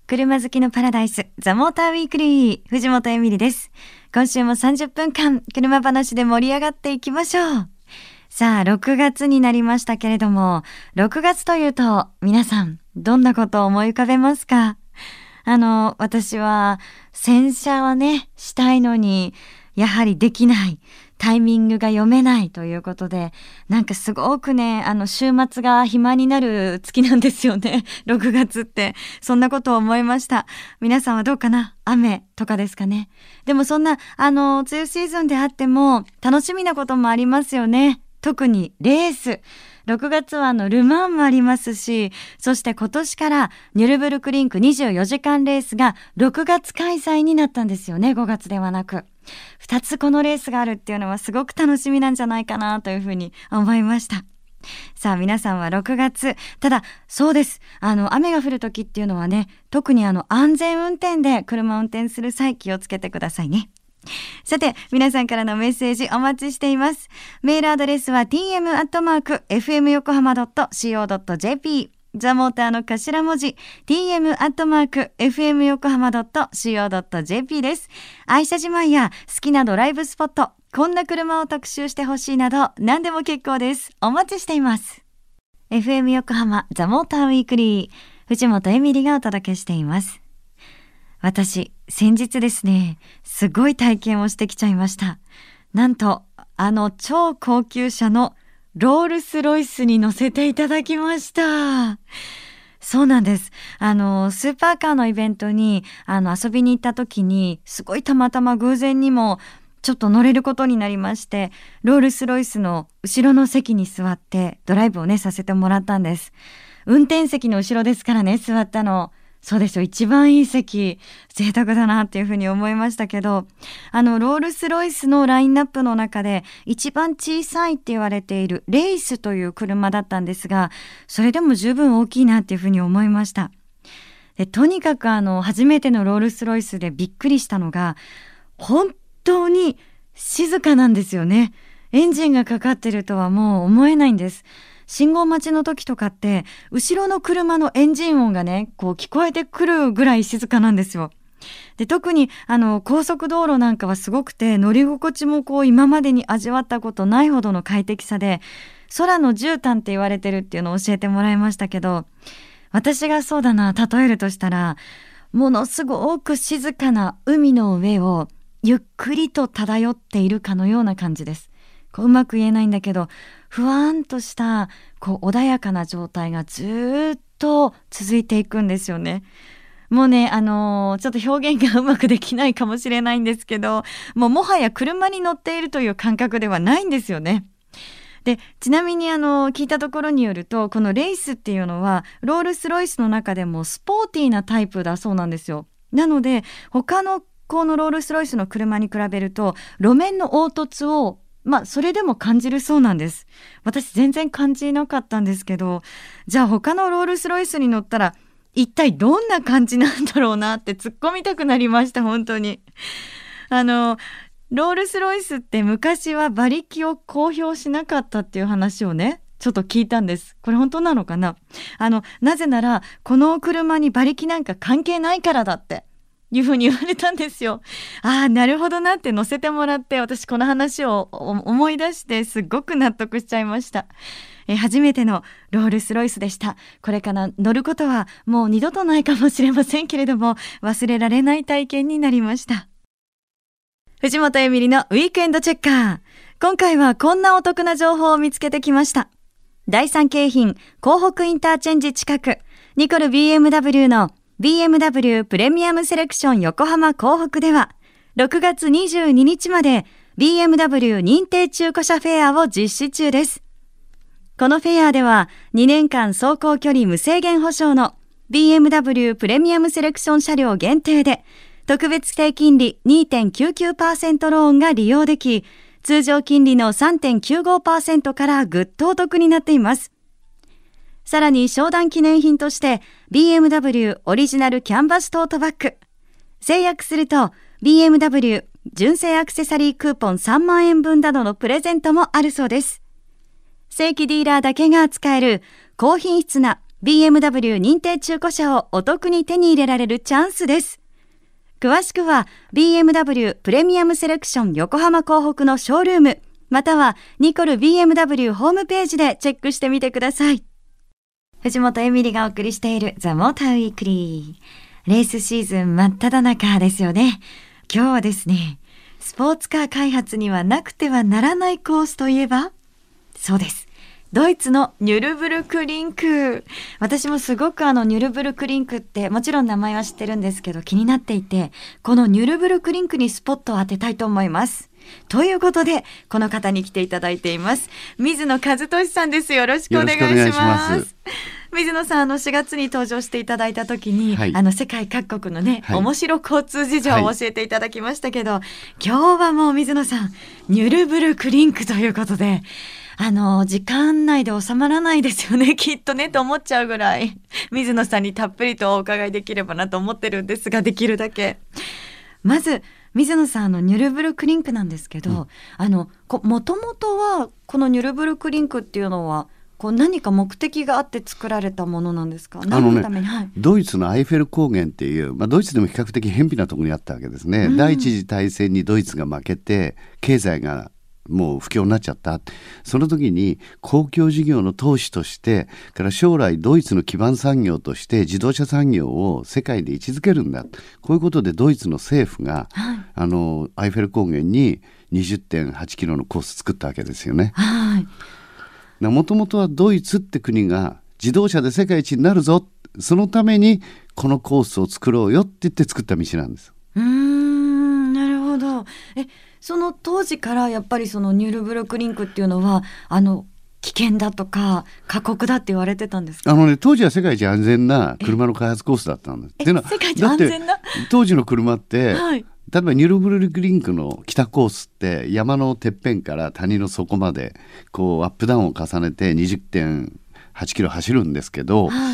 車好きのパラダイス、ザ・モーターウィークリー、藤本エミリです。今週も30分間、車話で盛り上がっていきましょう。さあ、6月になりましたけれども、6月というと、皆さん、どんなことを思い浮かべますか？私は、洗車はね、したいのに、やはりできない。タイミングが読めないということで、なんかすごくね、週末が暇になる月なんですよね。6月って。そんなことを思いました。皆さんはどうかな？雨とかですかね。でもそんな、梅雨シーズンであっても、楽しみなこともありますよね。特にレース。6月はルマンもありますし、そして今年からニュルブルクリンク24時間レースが6月開催になったんですよね。5月ではなく。2つこのレースがあるっていうのはすごく楽しみなんじゃないかなというふうに思いました。さあ皆さんは6月、ただそうです。雨が降る時っていうのはね、特に安全運転で車を運転する際気をつけてくださいね。さて皆さんからのメッセージお待ちしています。メールアドレスは tm@fmyokohama.co.jp、 ザ・モーターの頭文字 tm@fmyokohama.co.jp です。愛車自慢や好きなドライブスポット、こんな車を特集してほしいなど何でも結構です。お待ちしています。 FM 横浜ザ・モーターウィークリー、藤本エミリがお届けしています。私、先日ですね、すごい体験をしてきちゃいました。なんと、超高級車のロールスロイスに乗せていただきました。そうなんです。スーパーカーのイベントに、遊びに行った時に、すごいたまたま偶然にも、ちょっと乗れることになりまして、ロールスロイスの後ろの席に座って、ドライブをね、させてもらったんです。運転席の後ろですからね、座ったの。そうですよ。一番いい席、贅沢だなっていうふうに思いましたけど、ロールスロイスのラインナップの中で一番小さいって言われているレイスという車だったんですが、それでも十分大きいなっていうふうに思いました。で、とにかく初めてのロールスロイスでびっくりしたのが、本当に静かなんですよね。エンジンがかかってるとはもう思えないんです。信号待ちの時とかって後ろの車のエンジン音がねこう聞こえてくるぐらい静かなんですよ。で、特に高速道路なんかはすごくて、乗り心地もこう今までに味わったことないほどの快適さで、空の絨毯って言われてるっていうのを教えてもらいましたけど、私がそうだな例えるとしたら、ものすごく静かな海の上をゆっくりと漂っているかのような感じです。うまく言えないんだけど、ふわーんとした穏やかな状態がずっと続いていくんですよね。もうね、ちょっと表現がうまくできないかもしれないんですけど、もはや車に乗っているという感覚ではないんですよね。で、ちなみに聞いたところによると、このレイスっていうのはロールスロイスの中でもスポーティーなタイプだそうなんですよ。なので他のこのロールスロイスの車に比べると路面の凹凸をそれでも感じるそうなんです。私全然感じなかったんですけど、じゃあ他のロールスロイスに乗ったら一体どんな感じなんだろうなって突っ込みたくなりました。本当にロールスロイスって昔は馬力を公表しなかったっていう話をねちょっと聞いたんです。これ本当なのかな？なぜならこの車に馬力なんか関係ないからだっていうふうに言われたんですよ。ああ、なるほどなって乗せてもらって、私この話を思い出してすごく納得しちゃいました。初めてのロールスロイスでした。これから乗ることはもう二度とないかもしれませんけれども、忘れられない体験になりました。藤本エミリのウィークエンドチェッカー。今回はこんなお得な情報を見つけてきました。第三京浜港北インターチェンジ近く、ニコル BMW のBMW プレミアムセレクション横浜港北では6月22日まで BMW 認定中古車フェアを実施中です。このフェアでは2年間走行距離無制限保証の BMW プレミアムセレクション車両限定で特別低金利 2.99% ローンが利用でき、通常金利の 3.95% からぐっとお得になっています。さらに商談記念品として BMW オリジナルキャンバストートバッグ、制約すると BMW 純正アクセサリークーポン3万円分などのプレゼントもあるそうです。正規ディーラーだけが扱える高品質な BMW 認定中古車をお得に手に入れられるチャンスです。詳しくは BMW プレミアムセレクション横浜港北のショールーム、またはニコル BMW ホームページでチェックしてみてください。藤本エミリがお送りしているザ・モーターウィークリー。レースシーズン真っ只中ですよね。今日はですね、スポーツカー開発にはなくてはならないコースといえば、そうです、ドイツのニュルブルクリンク。私もすごくニュルブルクリンクってもちろん名前は知ってるんですけど気になっていて、このニュルブルクリンクにスポットを当てたいと思います。ということでこの方に来ていただいています。水野和俊さんです。よろしくお願いします。水野さん4月に登場していただいた時に、はい、世界各国のね、はい、面白交通事情を教えていただきましたけど、はい、今日はもう水野さんニュルブルクリンクということで時間内で収まらないですよねきっとねと思っちゃうぐらい水野さんにたっぷりとお伺いできればなと思ってるんですが、できるだけまず水野さんニュルブルクリンクなんですけど、もともとはこのニュルブルクリンクっていうのは何か目的があって作られたものなんですか？何のために、はい、 ドイツのアイフェル高原っていう、ドイツでも比較的偏僻なところにあったわけですね、第一次大戦にドイツが負けて経済がもう不況になっちゃった。その時に公共事業の投資としてから将来ドイツの基盤産業として自動車産業を世界で位置づけるんだ、こういうことでドイツの政府が、はい、アイフェル高原に 20.8 キロのコース作ったわけですよね。もともとはドイツって国が自動車で世界一になるぞ、そのためにこのコースを作ろうよって言って作った道なんです。 なるほど。その当時からやっぱりそのニュルブルクリンクっていうのは危険だとか過酷だって言われてたんですか？ 当時は世界一安全な車の開発コースだったんです。 世界一安全な？ だって当時の車って、はい、例えばニュルブルクリンクの北コースって山のてっぺんから谷の底までアップダウンを重ねて 20.8 キロ走るんですけど、はい、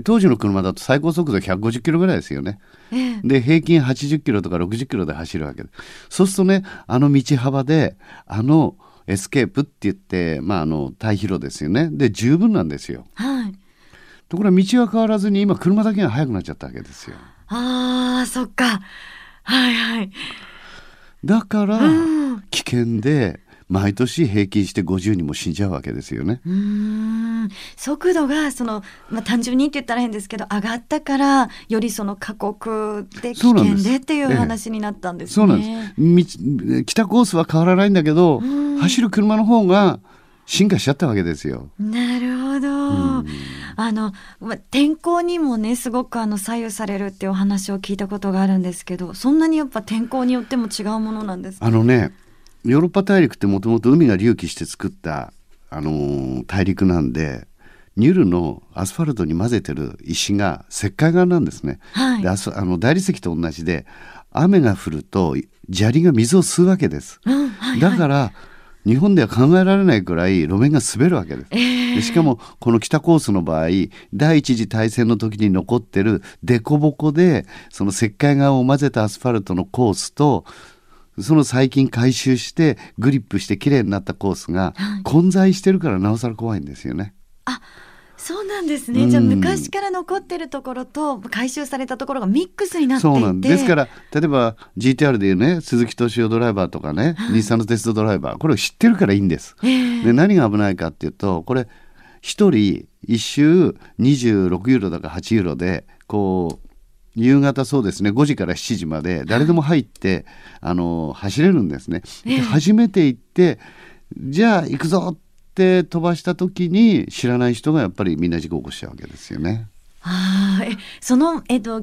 当時の車だと最高速度150キロぐらいですよね。で平均80キロとか60キロで走るわけです。そうするとね、道幅でエスケープって言って、大広ですよね。で十分なんですよ。はい、ところが道は変わらずに今車だけが速くなっちゃったわけですよ。 そっか。はいはい。だから危険で毎年平均して50人も死んじゃうわけですよね。 速度が単純にって言ったら変ですけど上がったからより過酷で危険でっていう話になったんですね。 そうなんです。北コースは変わらないんだけど走る車の方が進化しちゃったわけですよ。 なるほど。天候にもねすごく左右されるっていうお話を聞いたことがあるんですけど、そんなにやっぱ天候によっても違うものなんですか？ ヨーロッパ大陸ってもともと海が隆起して作った、大陸なんで、ニュルのアスファルトに混ぜてる石が石灰岩なんですね。はい、で大理石と同じで雨が降ると砂利が水を吸うわけです。だから日本では考えられないくらい路面が滑るわけです。でしかもこの北コースの場合、第一次大戦の時に残ってる凸凹でその石灰岩を混ぜたアスファルトのコースとその最近回収してグリップしてきれいになったコースが混在してるからなおさら怖いんですよね。 そうなんですね。じゃあ昔から残ってるところと回収されたところがミックスになっていて、 そうなんですから、例えば GTR でいうね鈴木敏夫ドライバーとかね、日産の鉄道ドライバー、これを知ってるからいいんです。で何が危ないかっていうと、これ一人一周26ユーロだか8ユーロで夕方そうですね5時から7時まで誰でも入って、走れるんですね。で初めて行ってじゃあ行くぞって飛ばした時に知らない人がやっぱりみんな事故を起こしちゃうわけですよね。 その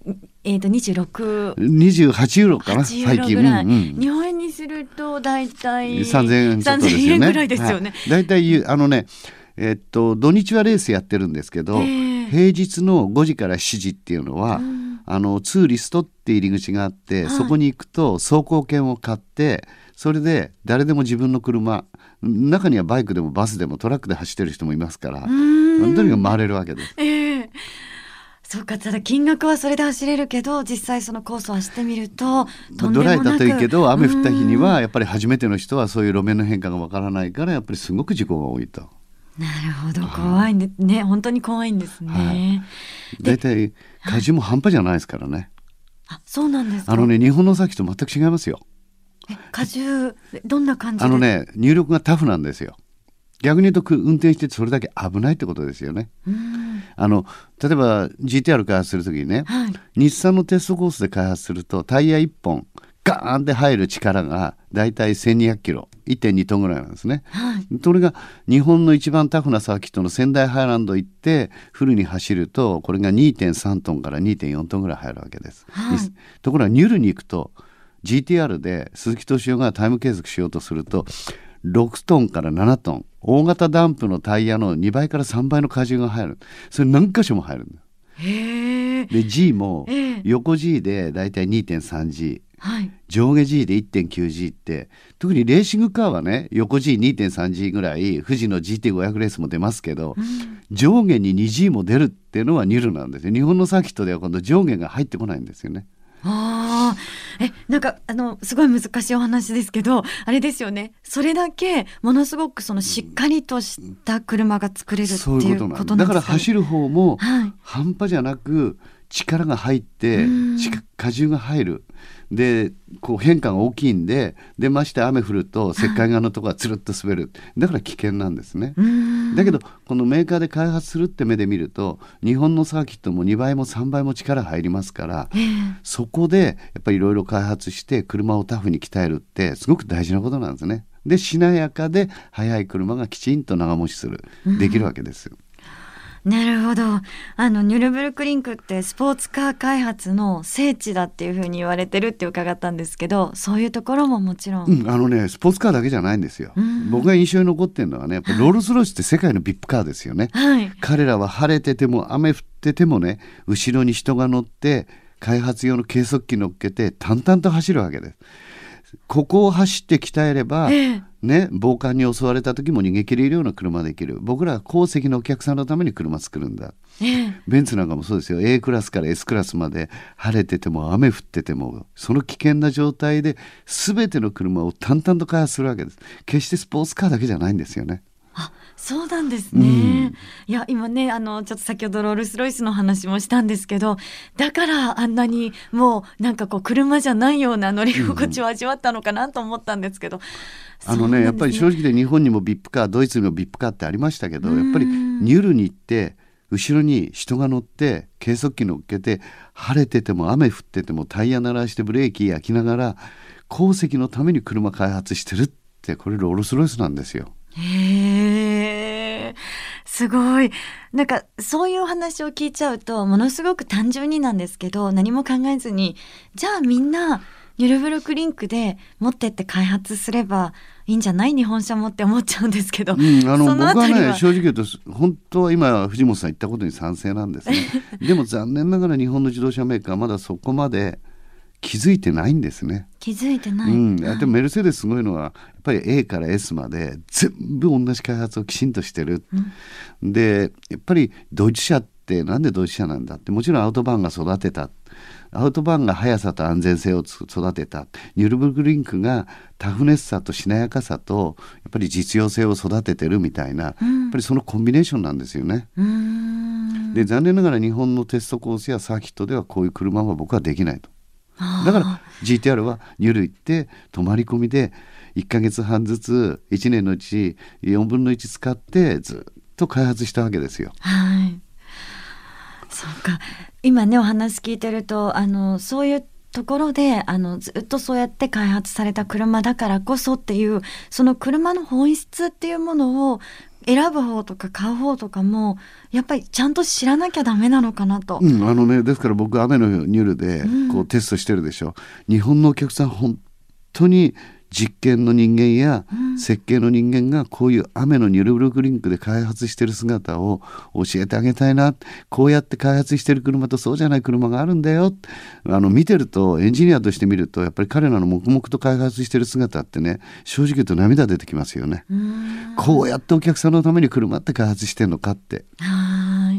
28 ユーロかな最近、 日本円にするとだいたい 3000円ちょっとですよね。 ぐらいですよね。 だいたい土日はレースやってるんですけど、平日の5時から7時っていうのは、ツーリストって入り口があって、そこに行くと走行券を買ってそれで誰でも自分の車、中にはバイクでもバスでもトラックで走ってる人もいますから、とにかく回れるわけです。 そうか。ただ金額はそれで走れるけど実際そのコースを走ってみるととんでもなくドライだといいけど雨降った日にはやっぱり初めての人はそういう路面の変化がわからないからやっぱりすごく事故が多いと。 なるほど、怖いんでね、本当に怖いんですね。 だいたい荷重も半端じゃないですからね。 あ、そうなんですか。 日本のサーキット全く違いますよ。 荷重どんな感じで。 入力がタフなんですよ。逆に言うと運転しててそれだけ危ないってことですよね。例えば GTR 開発するときにね、日産のテストコースで開発するとタイヤ1本ガーンって入る力がだいたい1200キロ 1.2 トンぐらいなんですね。それが日本の一番タフなサーキットの仙台ハイランド行ってフルに走るとこれが 2.3 トンから 2.4 トンぐらい入るわけです。ところがニュルに行くと GTR で鈴木敏夫がタイム計測しようとすると6トンから7トン、大型ダンプのタイヤの2倍から3倍の荷重が入る。それ何箇所も入るんだ。で G も横 G でだいたい 2.3G、上下 G で 1.9G って、特にレーシングカーはね横 G2.3G ぐらい富士の GT500 レースも出ますけど、上下に 2G も出るっていうのはニュルなんですよ。日本のサーキットでは今度上下が入ってこないんですよね。 なんかすごい難しいお話ですけど、あれですよね、それだけものすごくしっかりとした車が作れるっていうことなんですよね。 だから走る方も半端じゃなく力が入って荷重が入る。でこう変化が大きいんで、まして雨降ると石灰岩のところがつるっと滑る。だから危険なんですね。だけどこのメーカーで開発するって目で見ると日本のサーキットも2倍も3倍も力入りますから、そこでやっぱりいろいろ開発して車をタフに鍛えるってすごく大事なことなんですね。でしなやかで速い車がきちんと長持ちする、できるわけですよ。 なるほど。ニュルブルクリンクってスポーツカー開発の聖地だっていうふうに言われてるって伺ったんですけど、そういうところももちろん、 スポーツカーだけじゃないんですよ。僕が印象に残ってるのはね、やっぱロールスロイスって世界のビップカーですよね。彼らは晴れてても雨降っててもね、後ろに人が乗って開発用の計測器乗っけて淡々と走るわけです。ここを走って鍛えれば、暴漢に襲われた時も逃げ切れるような車できる。僕らは後席のお客さんのために車作るんだ。ベンツなんかもそうですよ。 A クラスから S クラスまで晴れてても雨降っててもその危険な状態で全ての車を淡々と開発するわけです。決してスポーツカーだけじゃないんですよね。 そうなんですね。いや今ねちょっと先ほどロールスロイスの話もしたんですけど、だからあんなにもうなんかこう車じゃないような乗り心地を味わったのかなと思ったんですけど、 やっぱり正直で日本にもビップカー、ドイツにもビップカーってありましたけど、やっぱりニュルに行って後ろに人が乗って計測器乗っけて晴れてても雨降っててもタイヤ鳴らしてブレーキ焼きながら後席のために車開発してるって、これロールスロイスなんですよ。 すごい。なんかそういうお話を聞いちゃうとものすごく単純になんですけど、何も考えずにじゃあみんなニュルブルクリンクで持ってって開発すればいいんじゃない、日本車もって思っちゃうんですけど、 僕はね正直言うと本当は今藤本さん言ったことに賛成なんですね。でも残念ながら日本の自動車メーカーはまだそこまで気づいてないんですね。 気づいてない、 でもメルセデスすごいのはやっぱり A から S まで全部同じ開発をきちんとしてる、でやっぱりドイツ車ってなんでドイツ車なんだって、もちろんアウトバーンが育てた、アウトバーンが速さと安全性を育てた、ニュルブルクリンクがタフネスさとしなやかさとやっぱり実用性を育ててるみたいな、やっぱりそのコンビネーションなんですよね。で残念ながら日本のテストコースやサーキットではこういう車は僕はできないと。だから GTR はニュル行って泊まり込みで1ヶ月半ずつ1年のうち4分の1使ってずっと開発したわけですよ。 そうか。今ねお話聞いてるとそういうところでずっとそうやって開発された車だからこそっていう、その車の本質っていうものを選ぶ方とか買う方とかもやっぱりちゃんと知らなきゃダメなのかなと。 ですから僕雨のニュルでこうテストしてるでしょ。日本のお客さん本当に実験の人間や設計の人間がこういう雨のニュルブルクリンクで開発してる姿を教えてあげたいな。こうやって開発してる車とそうじゃない車があるんだよ。見てるとエンジニアとして見るとやっぱり彼らの黙々と開発してる姿ってね、正直言うと涙出てきますよね。こうやってお客さんのために車って開発してんのかって。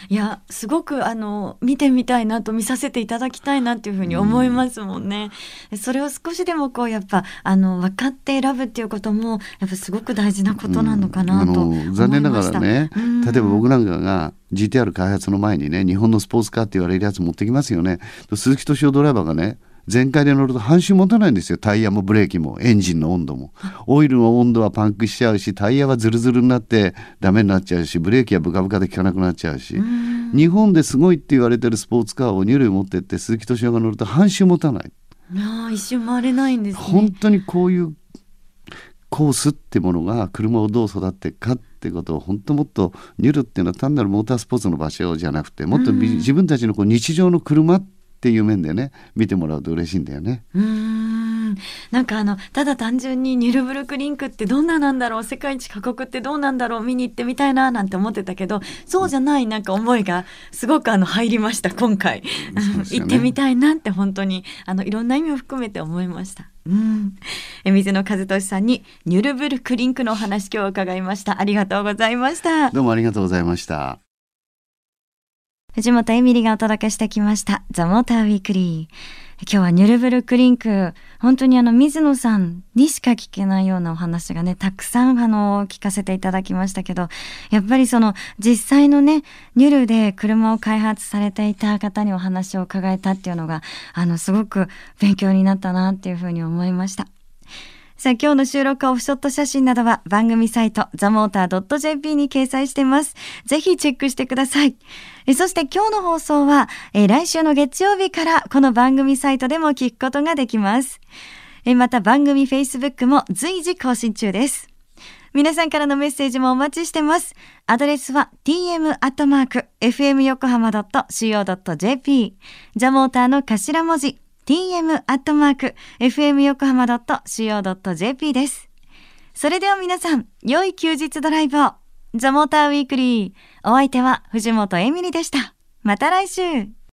いやすごく見てみたいなと、見させていただきたいなっていうふうに思いますもんね。それを少しでもこうやっぱ分かって選ぶっていうこともやっぱすごく大事なことなのかなと思いました。 残念ながらね、例えば僕なんかが GTR 開発の前にね、日本のスポーツカーって言われるやつ持ってきますよね。鈴木敏夫ドライバーがね、全開で乗ると半周持たないんですよ。タイヤもブレーキもエンジンの温度も。オイルの温度はパンクしちゃうし、タイヤはズルズルになってダメになっちゃうし、ブレーキはブカブカで効かなくなっちゃうし、日本ですごいって言われてるスポーツカーを2類持ってって鈴木敏夫が乗ると半周持たない。 一周回れないんですね。 本当にこういうコースってものが車をどう育っていくかってことを本当もっとニュルっていうのは単なるモータースポーツの場所じゃなくて、もっと自分たちのこう日常の車っていう面でね見てもらうと嬉しいんだよね。 なんかただ単純にニュルブルクリンクってどんななんだろう、世界一過酷ってどうなんだろう、見に行ってみたいななんて思ってたけど、そうじゃないなんか思いがすごく入りました今回。行ってみたいなって本当にいろんな意味を含めて思いました。水野和俊さんにニュルブルクリンクのお話今日伺いました。ありがとうございました。 どうもありがとうございました。 藤本エミリがお届けしてきましたザ・モーターウィークリー。今日はニュルブルクリンク、本当に水野さんにしか聞けないようなお話がねたくさん聞かせていただきましたけど、やっぱり実際のねニュルで車を開発されていた方にお話を伺えたっていうのがすごく勉強になったなっていうふうに思いました。さあ今日の収録オフショット写真などは番組サイト themotor.jp に掲載しています。ぜひチェックしてください。そして今日の放送は来週の月曜日からこの番組サイトでも聞くことができます。また番組 Facebook も随時更新中です。皆さんからのメッセージもお待ちしてます。アドレスは tm@fmyokohama.co.jp ザモーターの頭文字tm@fmyokohama.co.jp です。それでは皆さん、良い休日ドライブを。ザ・モーターウィークリー。お相手は藤本エミリでした。また来週。